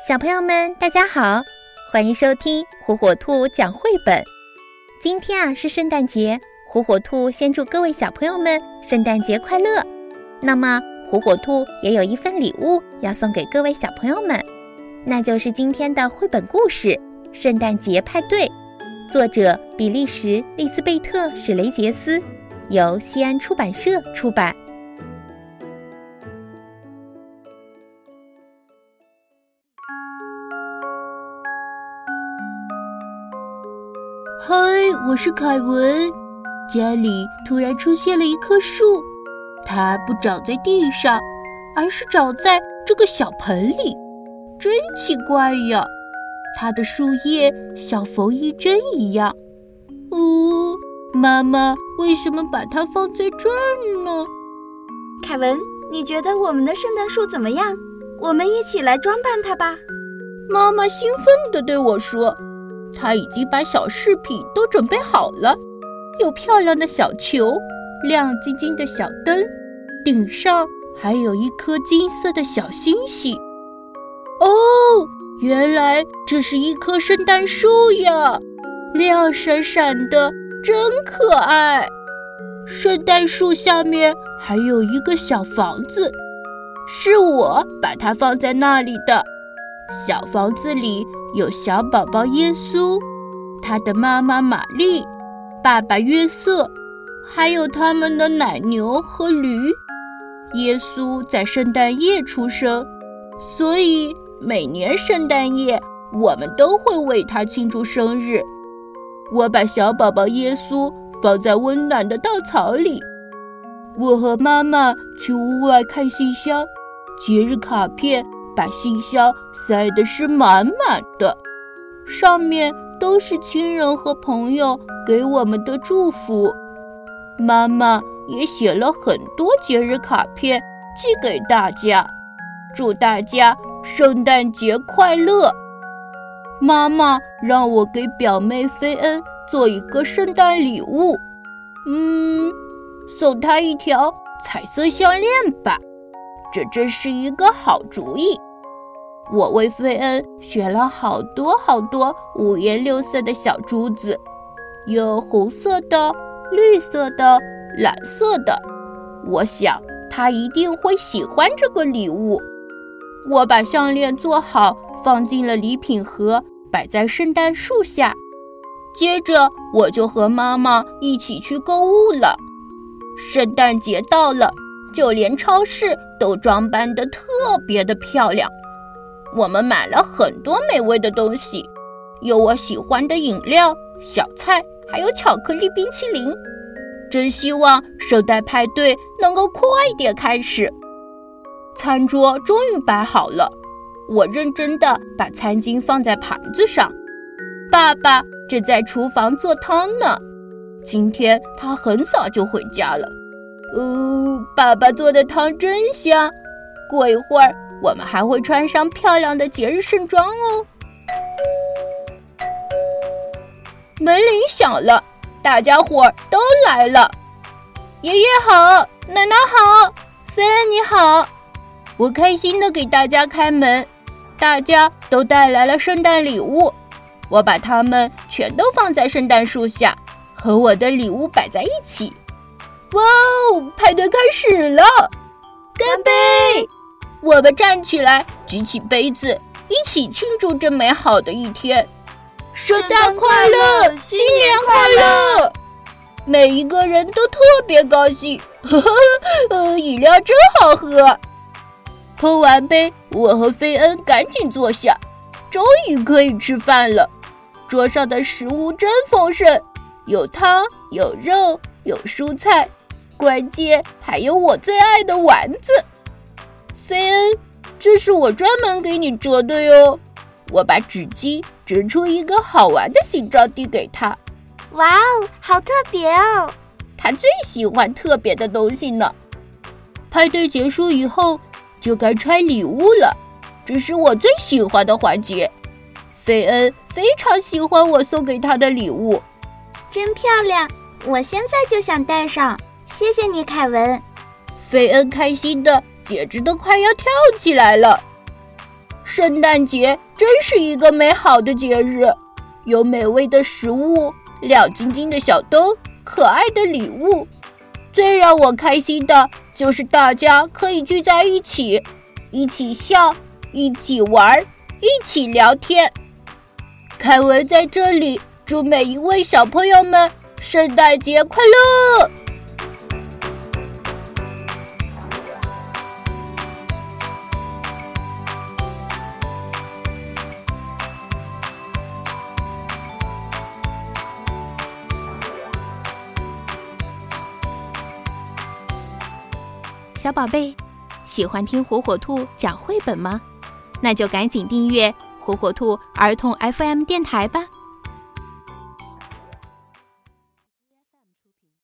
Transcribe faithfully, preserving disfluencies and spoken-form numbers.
小朋友们大家好，欢迎收听火火兔讲绘本。今天啊是圣诞节，火火兔先祝各位小朋友们圣诞节快乐。那么火火兔也有一份礼物要送给各位小朋友们，那就是今天的绘本故事《圣诞节派对》，作者比利时利斯贝特·史雷杰斯，由西安出版社出版。 嗨，我是凯文。家里突然出现了一棵树，它不长在地上，而是长在这个小盆里，真奇怪呀！它的树叶像缝衣针一样。哦，妈妈为什么把它放在这儿呢？ 凯文，你觉得我们的圣诞树怎么样？我们一起来装扮它吧。 妈妈兴奋地对我说，她已经把小饰品都准备好了，有漂亮的小球，亮晶晶的小灯，顶上还有一颗金色的小星星。哦，原来这是一棵圣诞树呀，亮闪闪的，真可爱。圣诞树下面还有一个小房子，是我把它放在那里的。小房子里有小宝宝耶稣，他的妈妈玛丽，爸爸约瑟，还有他们的奶牛和驴。耶稣在圣诞夜出生，所以每年圣诞夜我们都会为他庆祝生日。我把小宝宝耶稣放在温暖的稻草里。我和妈妈去屋外看信箱，节日卡片把信箱塞得是满满的，上面都是亲人和朋友给我们的祝福。妈妈也写了很多节日卡片寄给大家，祝大家圣诞节快乐。妈妈让我给表妹菲恩做一个圣诞礼物，嗯，送她一条彩色项链吧，这真是一个好主意。我为菲恩选了好多好多五颜六色的小珠子，有红色的、绿色的、蓝色的，我想她一定会喜欢这个礼物。我把项链做好，放进了礼品盒，摆在圣诞树下。接着我就和妈妈一起去购物了。圣诞节到了，就连超市都装扮得特别的漂亮。我们买了很多美味的东西，有我喜欢的饮料、小菜，还有巧克力冰淇淋。真希望圣诞派对能够快点开始。餐桌终于摆好了，我认真地把餐巾放在盘子上。爸爸正在厨房做汤呢，今天他很早就回家了。哦，爸爸做的汤真香，过一会儿我们还会穿上漂亮的节日盛装哦。门铃响了，大家伙儿都来了。爷爷好，奶奶好，菲恩你好。我开心地给大家开门，大家都带来了圣诞礼物，我把它们全都放在圣诞树下，和我的礼物摆在一起。哇哦，派对开始了！干杯！我们站起来，举起杯子，一起庆祝这美好的一天。圣诞快乐，新年快乐！每一个人都特别高兴，呵呵，呃，饮料真好喝。碰完杯，我和菲恩赶紧坐下，终于可以吃饭了。桌上的食物真丰盛，有汤，有肉，有蔬菜，关键还有我最爱的丸子。菲恩，这是我专门给你折的哟。我把纸巾折出一个好玩的形状递给他。 哇哦，好特别哦！ 他最喜欢特别的东西呢。派对结束以后，就该拆礼物了，这是我最喜欢的环节。菲恩非常喜欢我送给他的礼物。 真漂亮，我现在就想戴上，谢谢你，凯文。 菲恩开心的简直都快要跳起来了。 圣诞节真是一个美好的节日，有美味的食物，亮晶晶的小灯，可爱的礼物。最让我开心的就是大家可以聚在一起，一起笑，一起玩，一起聊天。凯文在这里祝每一位小朋友们圣诞节快乐！ 小宝贝，喜欢听火火兔讲绘本吗？那就赶紧订阅火火兔儿童 F M 电台吧。